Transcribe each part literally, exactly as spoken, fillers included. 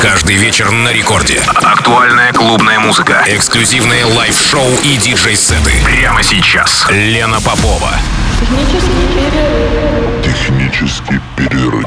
Каждый вечер на рекорде. Актуальная клубная музыка. Эксклюзивные лайв-шоу и диджей-сеты. Прямо сейчас. Лена Попова. Технический перерыв.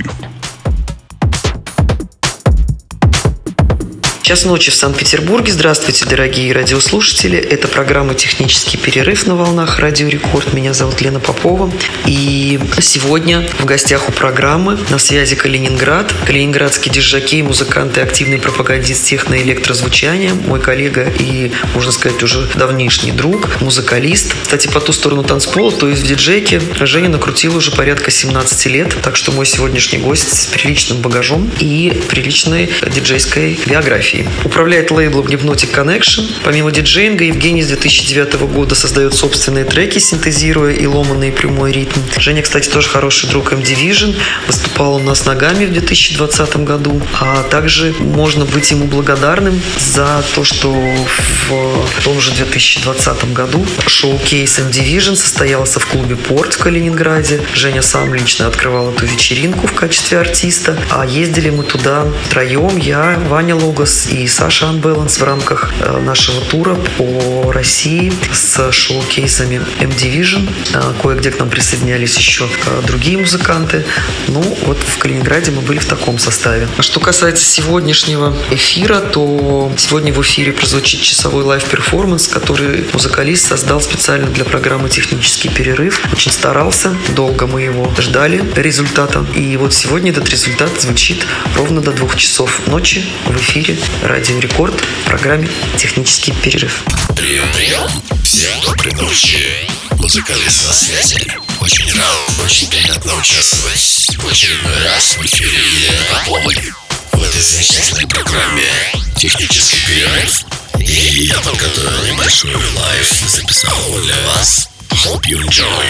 Час ночи в Санкт-Петербурге. Здравствуйте, дорогие радиослушатели. Это программа «Технический перерыв» на волнах Радио Рекорд. Меня зовут Лена Попова. И сегодня в гостях у программы на связи Калининград. Калининградский диджей, музыкант и активный пропагандист техно-электрозвучания. Мой коллега и, можно сказать, уже давнишний друг, музыкалист. Кстати, по ту сторону танцпола, то есть в диджейке, Женя накрутил уже порядка семнадцати лет. Так что мой сегодняшний гость с приличным багажом и приличной диджейской биографией. Управляет лейблом Hypnotic Connection. Помимо диджеинга, Евгений с две тысячи девятого года создает собственные треки, синтезируя и ломанный и прямой ритм. Женя, кстати, тоже хороший друг эм Division. Выступал у нас ногами в две тысячи двадцатом году. А также можно быть ему благодарным за то, что в том же две тысячи двадцатом году шоу-кейс эм Division состоялся в клубе «Порт» в Калининграде. Женя сам лично открывал эту вечеринку в качестве артиста. А ездили мы туда втроем. Я, Ваня Логос и Саша Unbalance в рамках нашего тура по России с шоу-кейсами эм Division. Кое-где к нам присоединялись еще другие музыканты. Ну, вот в Калининграде мы были в таком составе. А что касается сегодняшнего эфира, то сегодня в эфире прозвучит часовой лайв-перформанс, который музыкалист создал специально для программы «Технический перерыв». Очень старался, долго мы его ждали результата. И вот сегодня этот результат звучит ровно до двух часов ночи в эфире Радио Рекорд в программе «Технический перерыв». Прием, прием. Всем доброй ночи. Музыкалист на связи. Очень рад, очень приятно участвовать в очередной раз в эфире Елены Поповой в этой замечательной программе «Технический перерыв». И я подготовил небольшой лайв и записал его для вас. Hope you enjoy.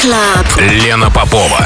Club. Лена Попова.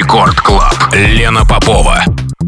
Рекорд Клаб. Лена Попова.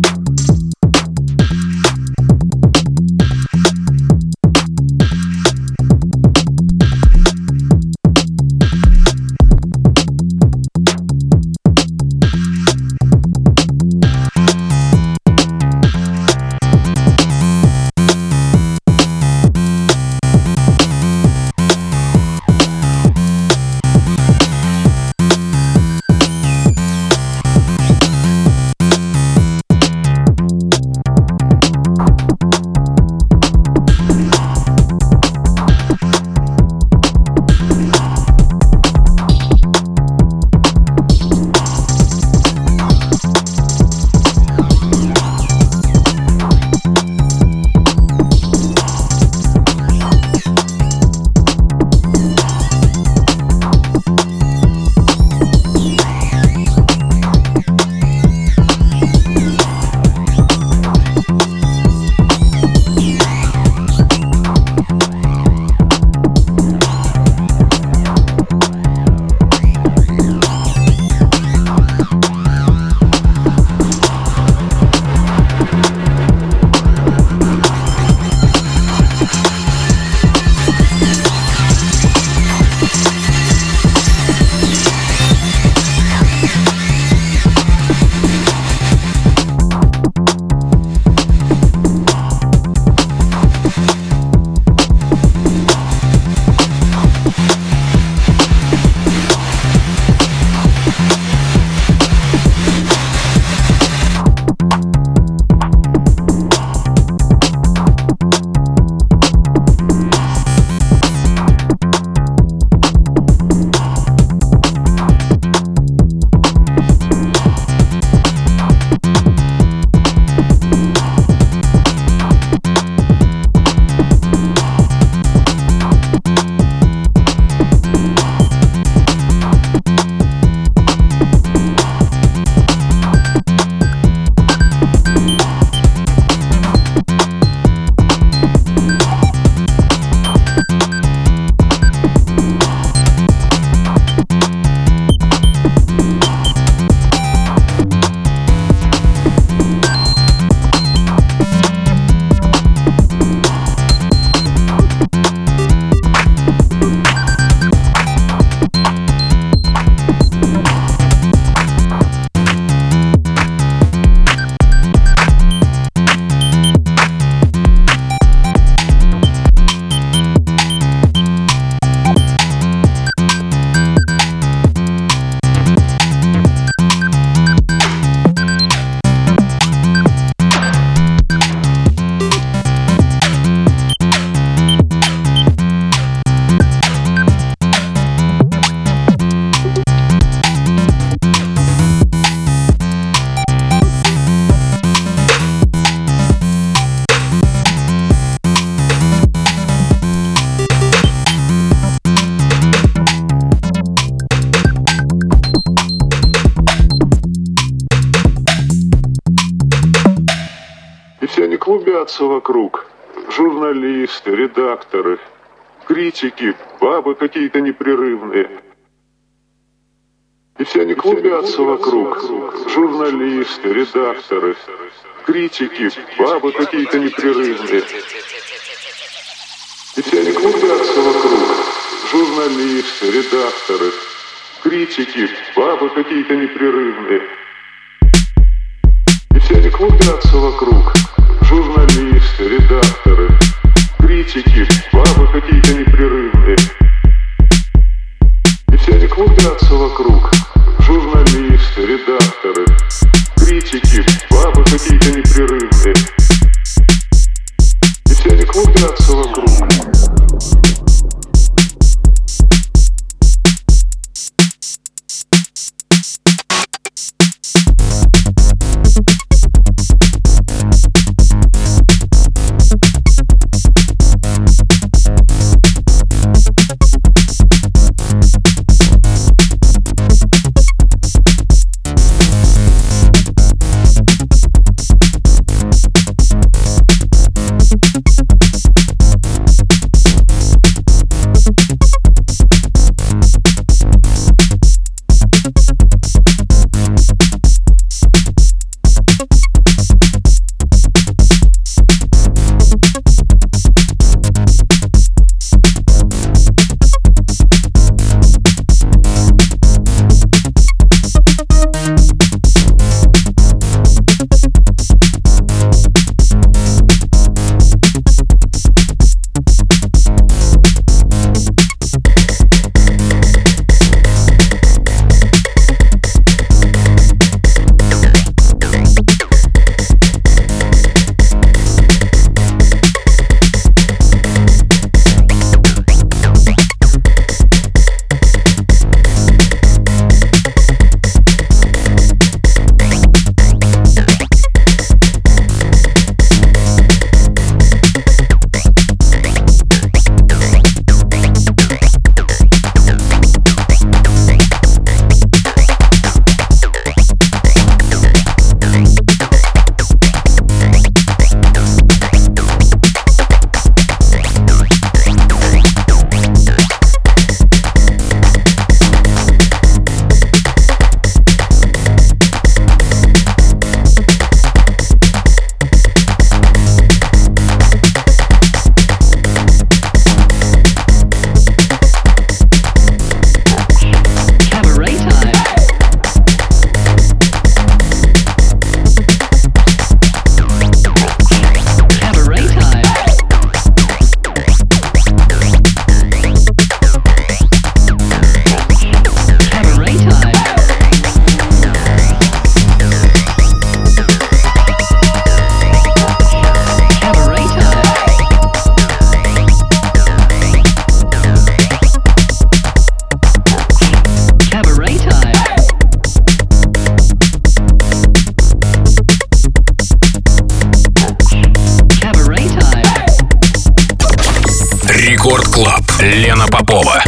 клубятся вокруг. Журналисты, редакторы, критики, бабы какие-то непрерывные. И все они клубятся вокруг. Журналисты, редакторы, критики, бабы какие-то непрерывные. И все они клубятся вокруг. Журналисты, редакторы, критики, бабы какие-то непрерывные. И все они клубятся вокруг. Журналисты, редакторы, критики, бабы какие-то непрерывные. И все они клубятся вокруг. Журналисты, редакторы, критики, бабы какие-то непрерывные. И все они клубятся вокруг. Рекорд Клаб. Лена Попова.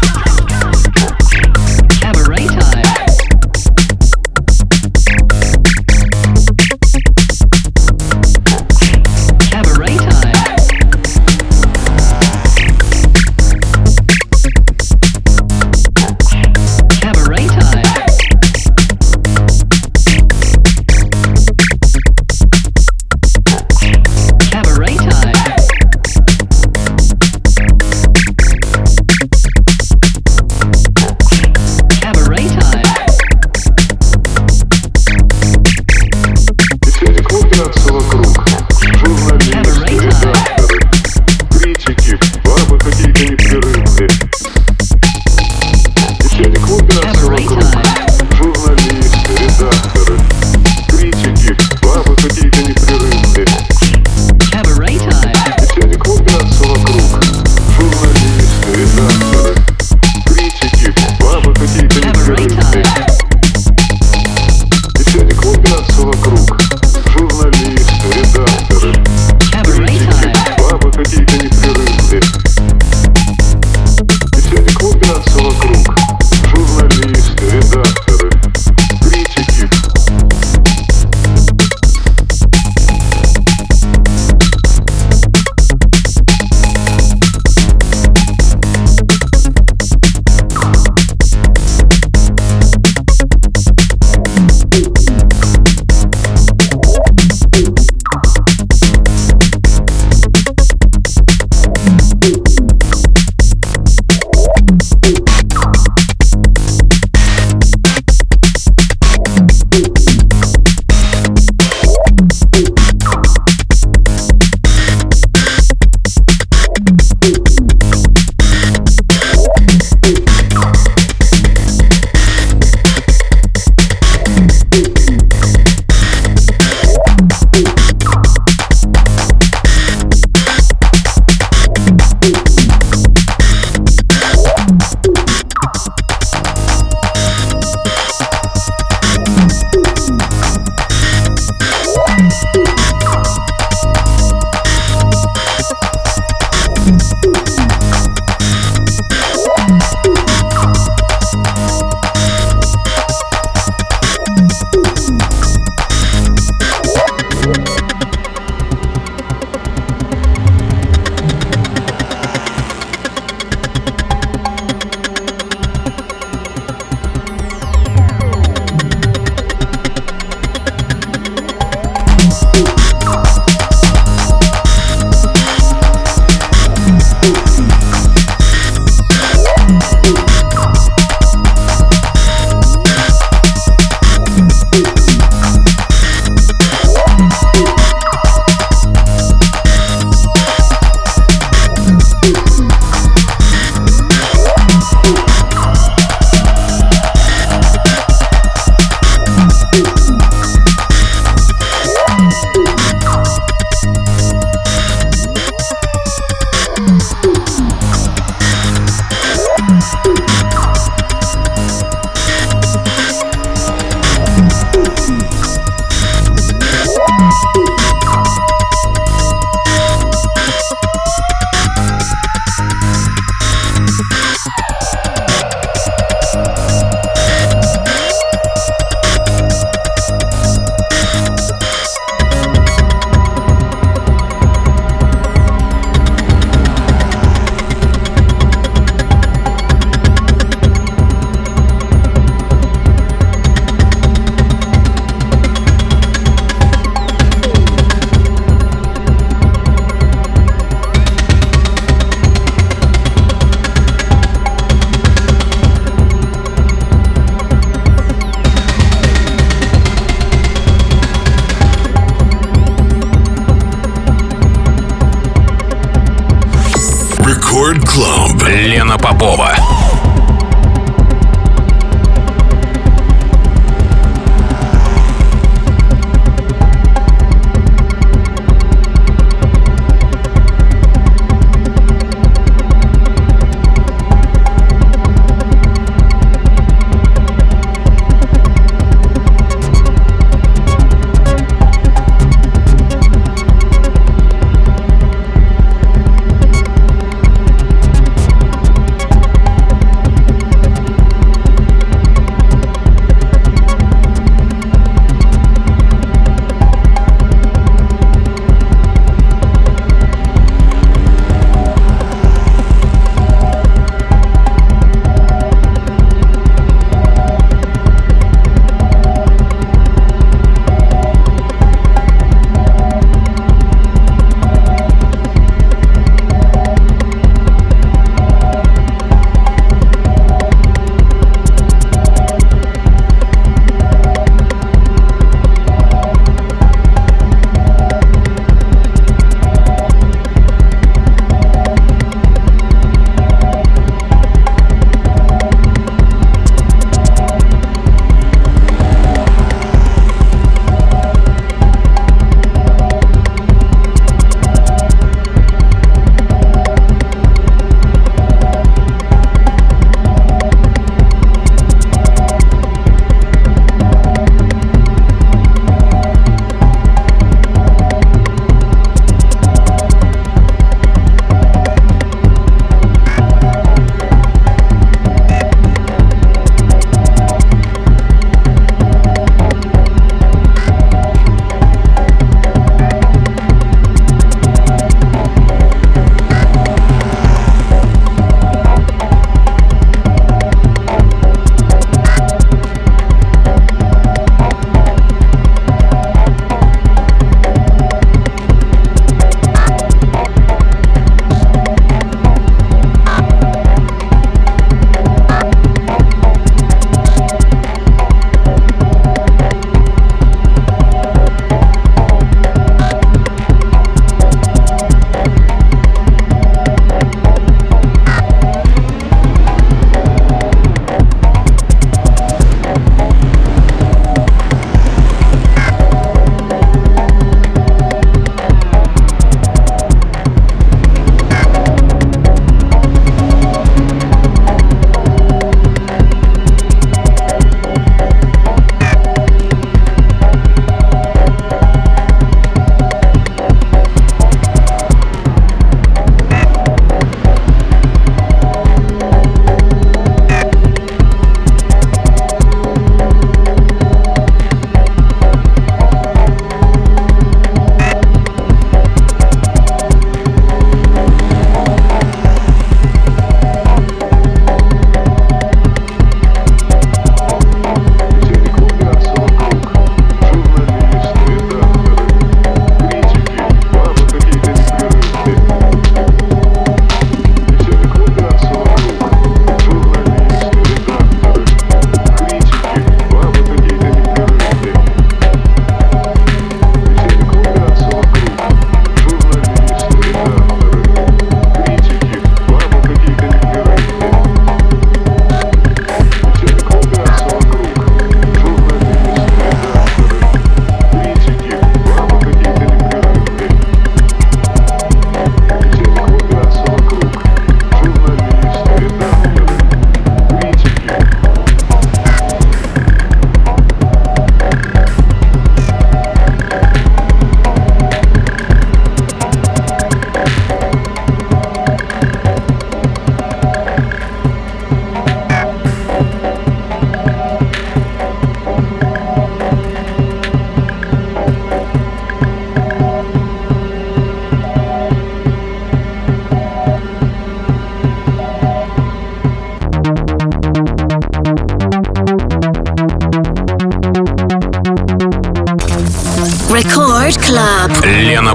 Рекорд Клаб. Лена Попова.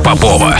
Попова.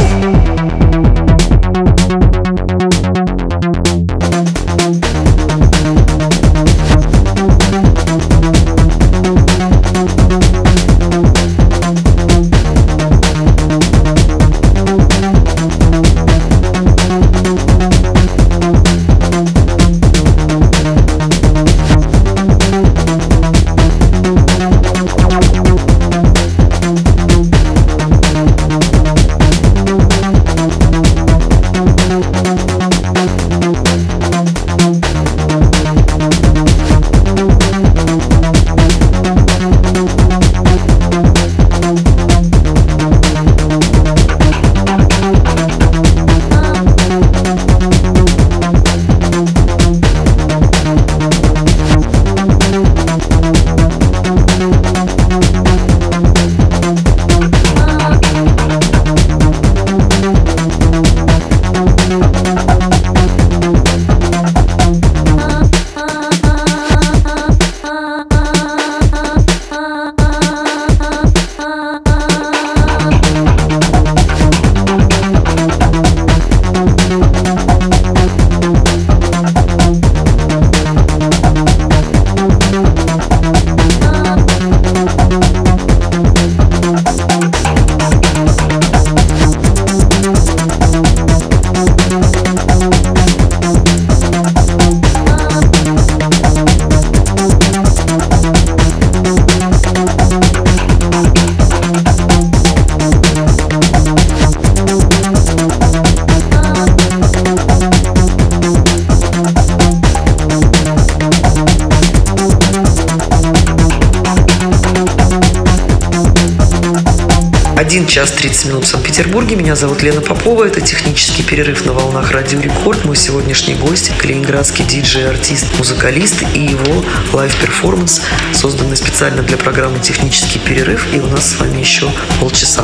один час тридцать минут в Санкт-Петербурге. Меня зовут Лена Попова. Это технический перерыв на волнах Радио Рекорд. Мой сегодняшний гость – калининградский диджей, артист, музыкалист и его лайв-перформанс, созданный специально для программы «Технический перерыв». И у нас с вами еще полчаса.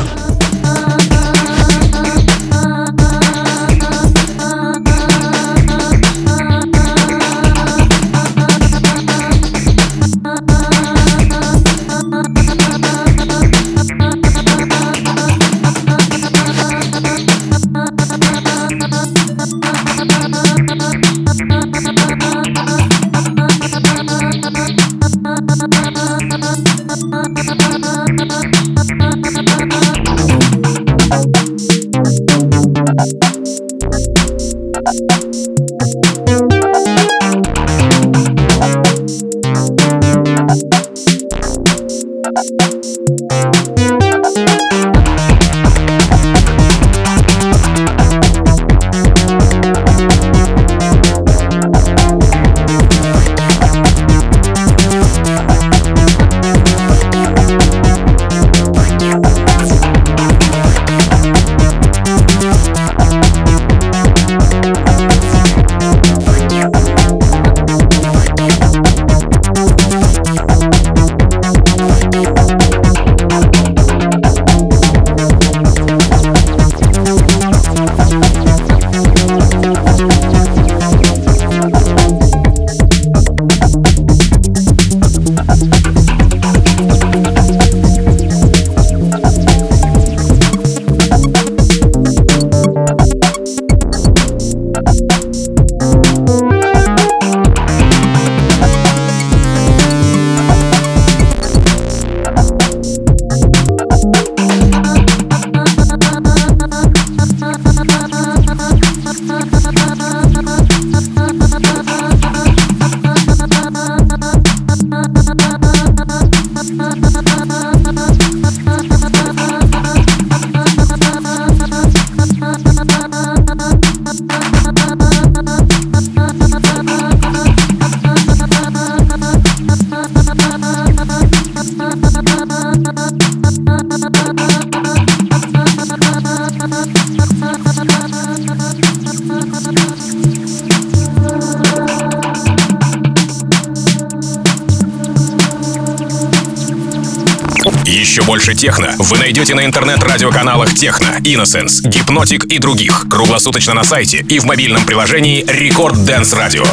Еще больше техно вы найдете на интернет-радиоканалах Техно, Innocence, Гипнотик и других. Круглосуточно на сайте и в мобильном приложении Рекорд Dance Radio.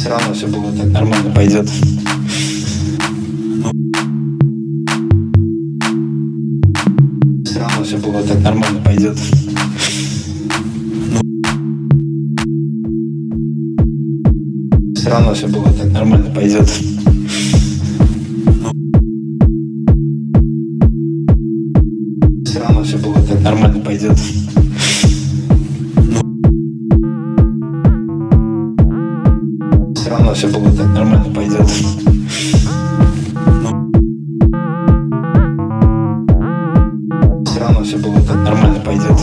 Все равно все было так нормально пойдет. Все равно все было так нормально пойдет. Все равно все было так нормально пойдет. Все равно все было так нормально пойдет. Все равно все было так нормально пойдет. Все равно все было так нормально пойдет.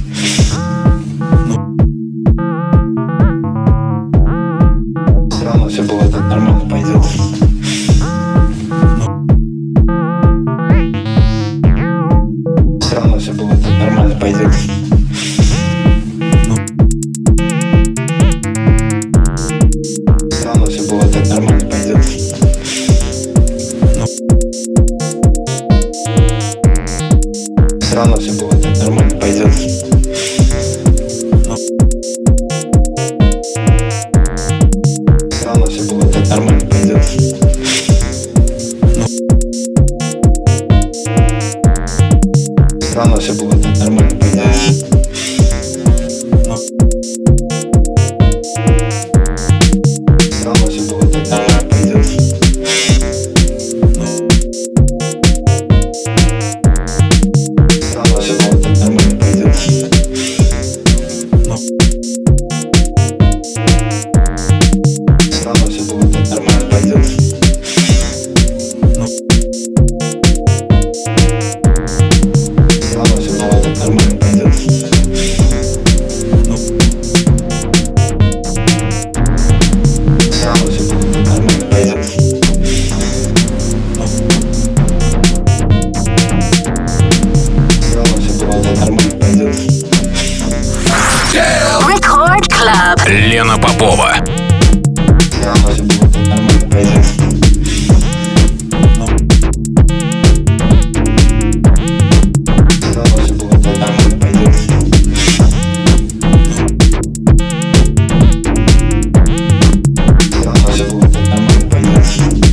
Все равно все было так нормально пойдет. Все равно все было так нормально пойдет. Все равно все было так нормально пойдет. Все равно все было так нормально пойдет. Все равно все было так нормально пойдет. Все равно все было так нормально пойдет. Все равно все было так нормально пойдет. Все равно все было так нормально пойдет. Все равно все было так нормально пойдет. Все равно все было так нормально пойдет. Все равно все было так нормально пойдет. Все равно все было так нормально пойдет. Record Club. Лена Попова. Все равно все было так нормально пойдет. Все равно все было так нормально пойдет. Все равно все было так нормально пойдет.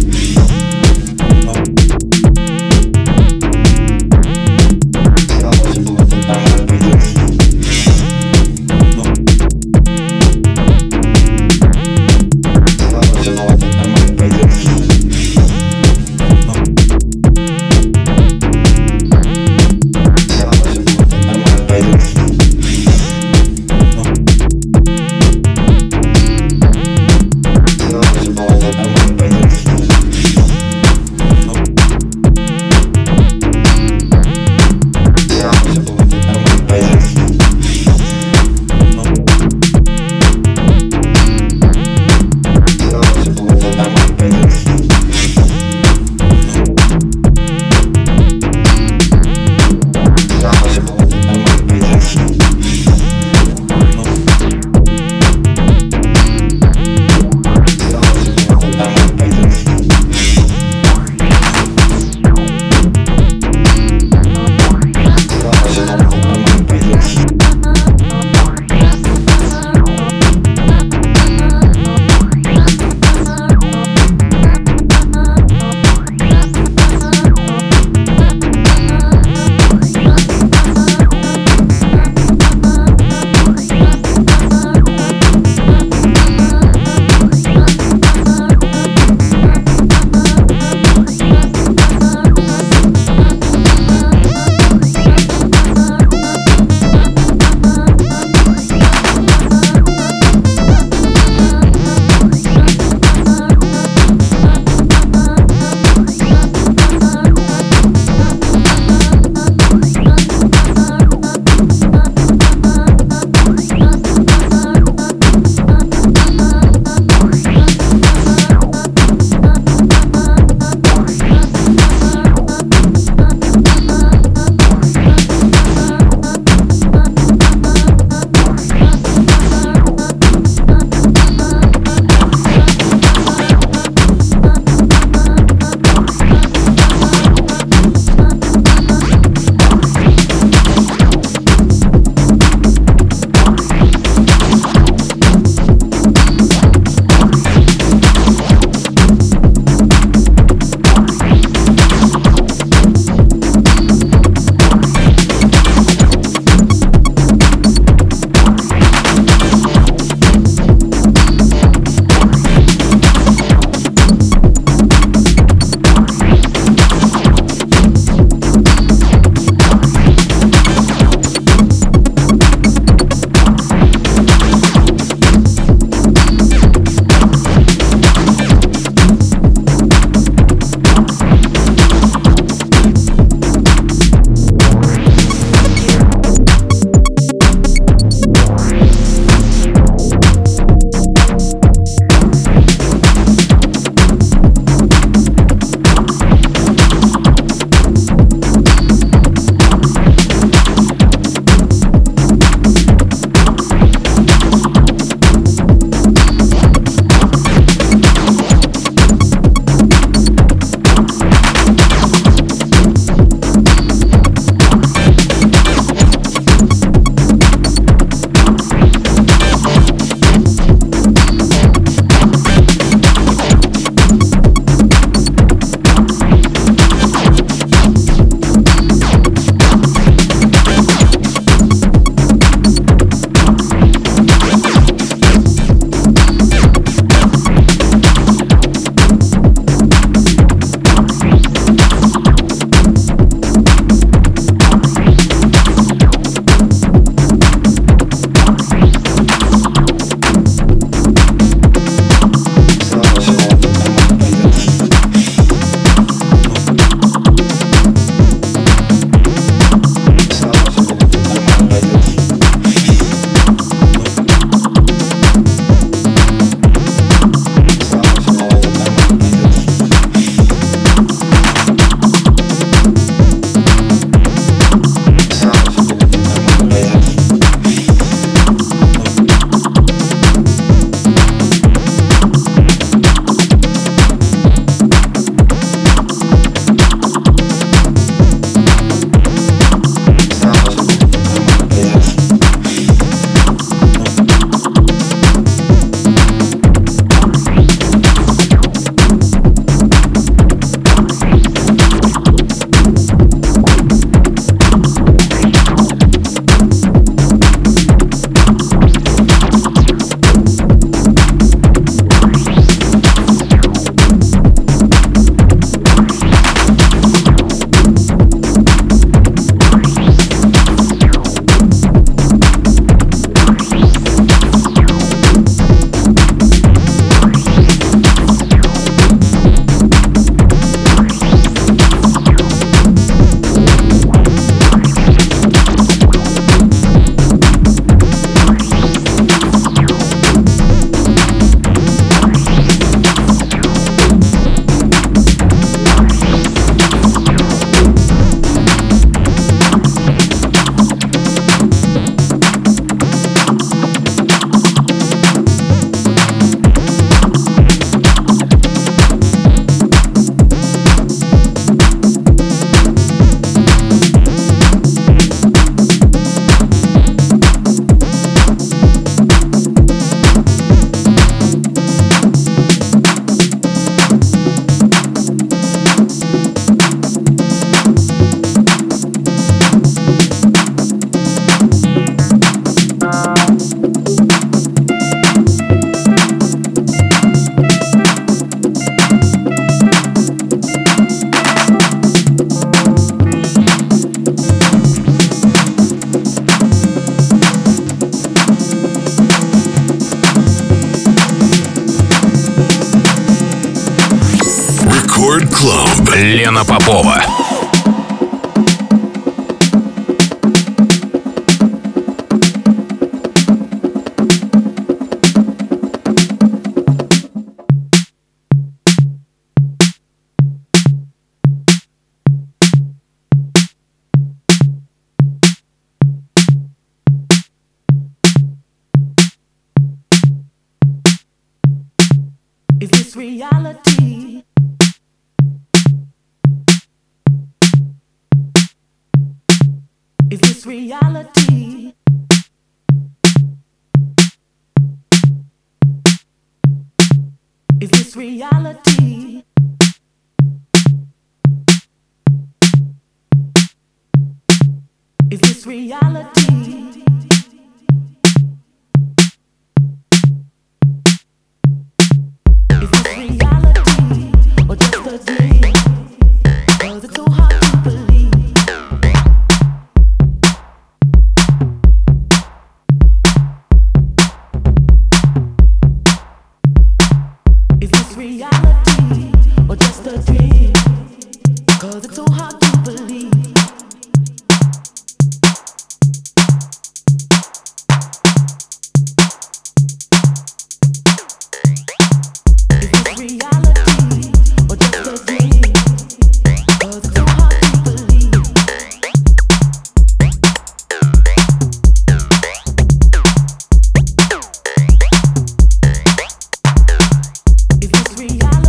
Все равно все было так нормально пойдет. Club. Лена Попова. Is this reality? Is this reality? Is this reality? Is this reality? Or just a dream? 'Cause it's so hard to believe. Is this reality? Or just a dream? 'Cause it's so hard to believe. Reality.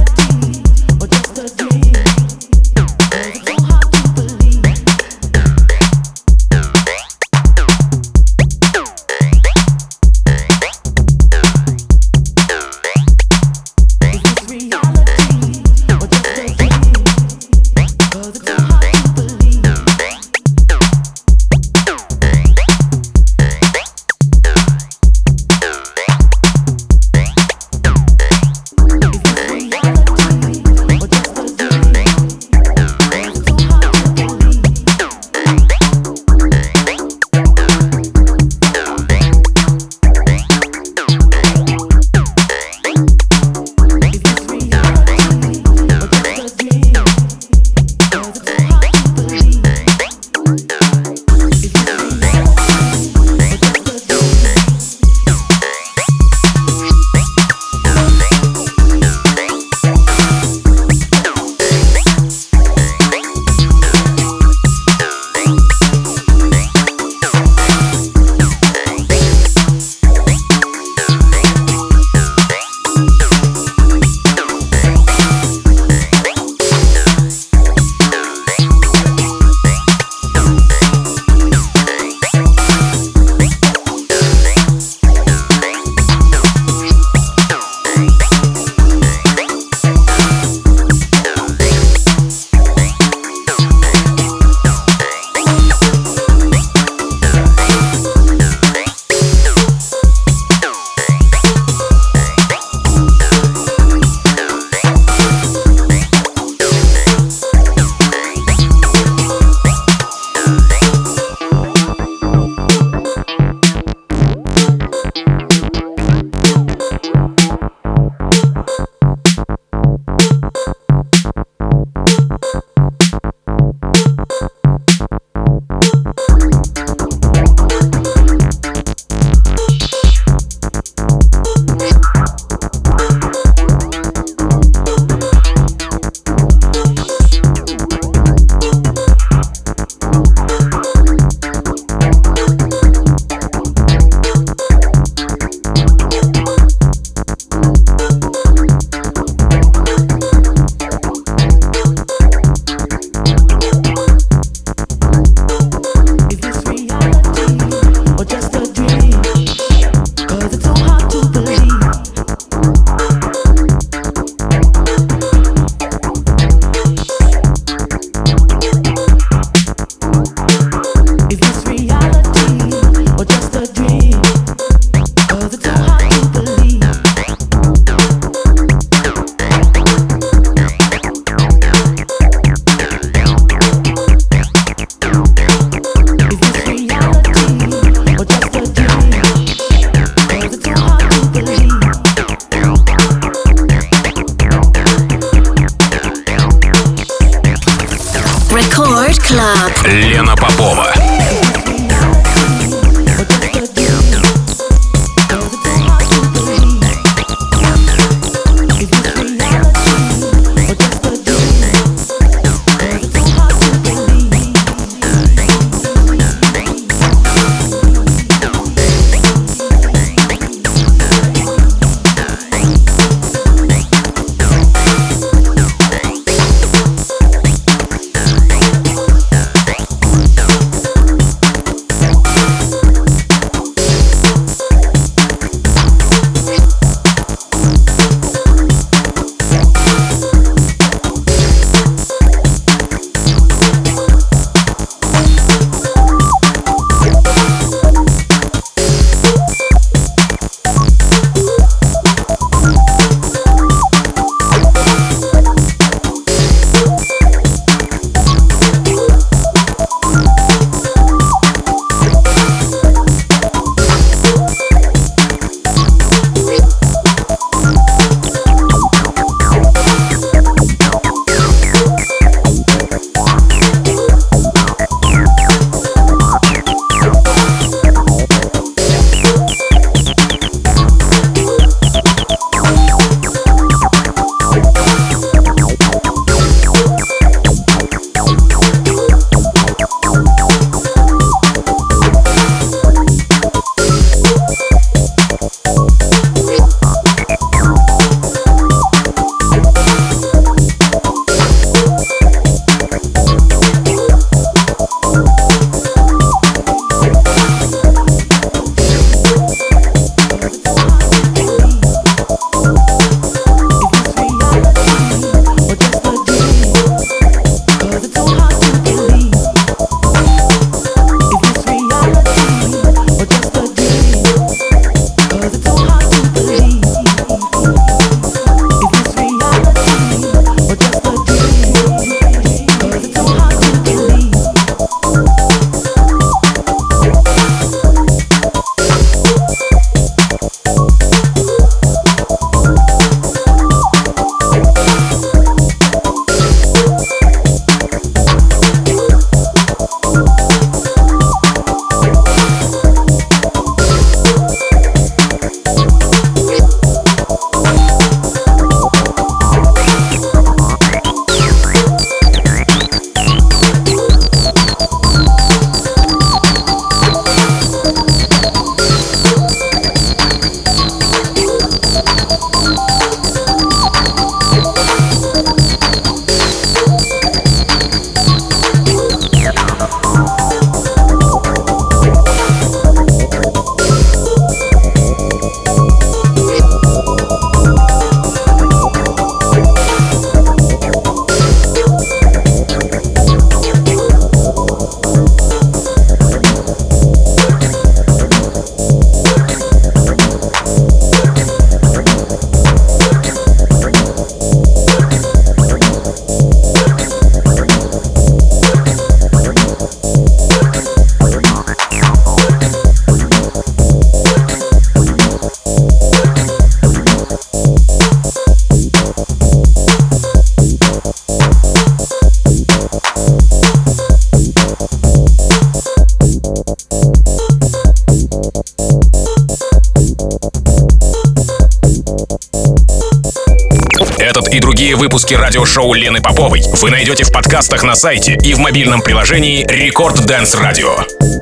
и другие выпуски радиошоу Лены Поповой вы найдете в подкастах на сайте и в мобильном приложении Рекорд Dance Radio.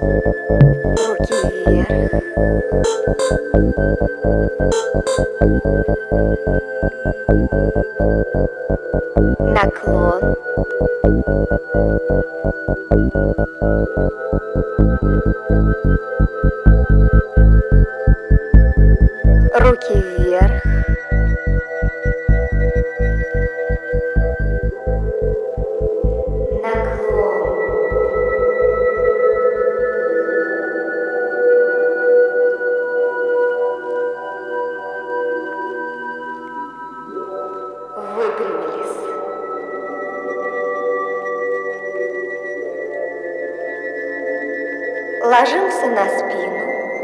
Наклон. Руки вверх. Наклон. Выпрямились. Ложимся на спину.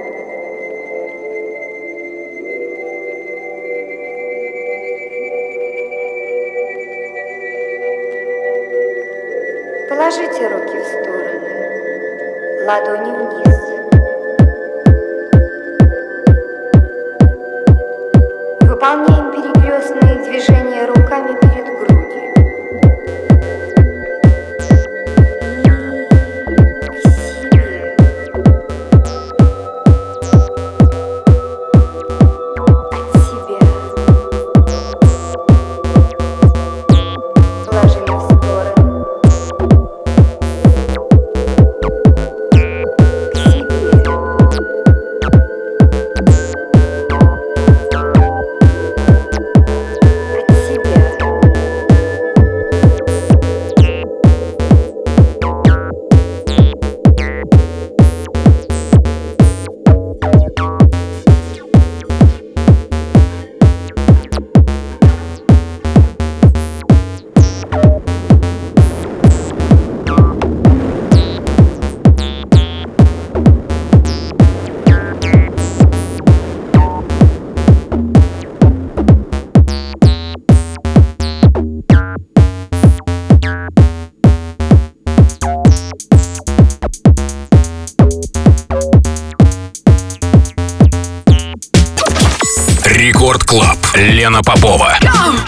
Положите руки в стороны, ладони вниз. Выполняем перекрестные движения руками перед грудью. И к себе. От себя. Положили в сторону. К себе. Рекорд Клаб. Лена Попова.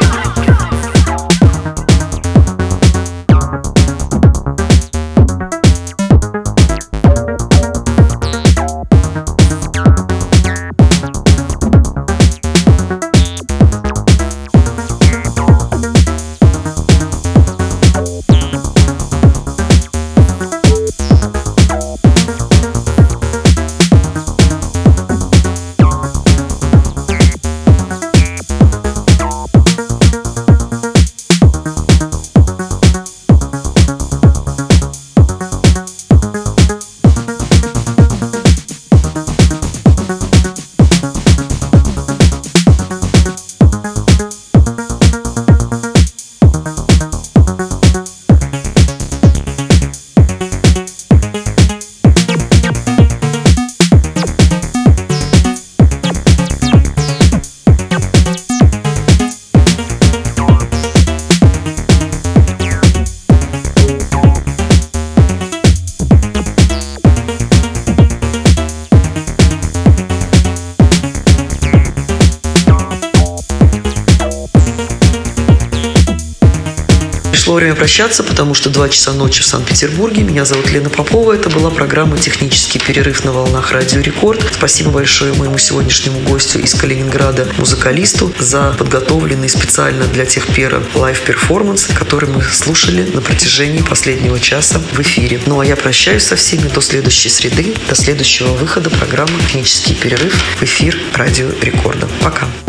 Пришло время прощаться, потому что два часа ночи в Санкт-Петербурге. Меня зовут Лена Попова. Это была программа «Технический перерыв» на волнах Радио Рекорд. Спасибо большое моему сегодняшнему гостю из Калининграда, музыкалисту, за подготовленный специально для Техпера лайв-перформанс, который мы слушали на протяжении последнего часа в эфире. Ну а я прощаюсь со всеми до следующей среды, до следующего выхода программы «Технический перерыв» в эфир Радио Рекорда. Пока.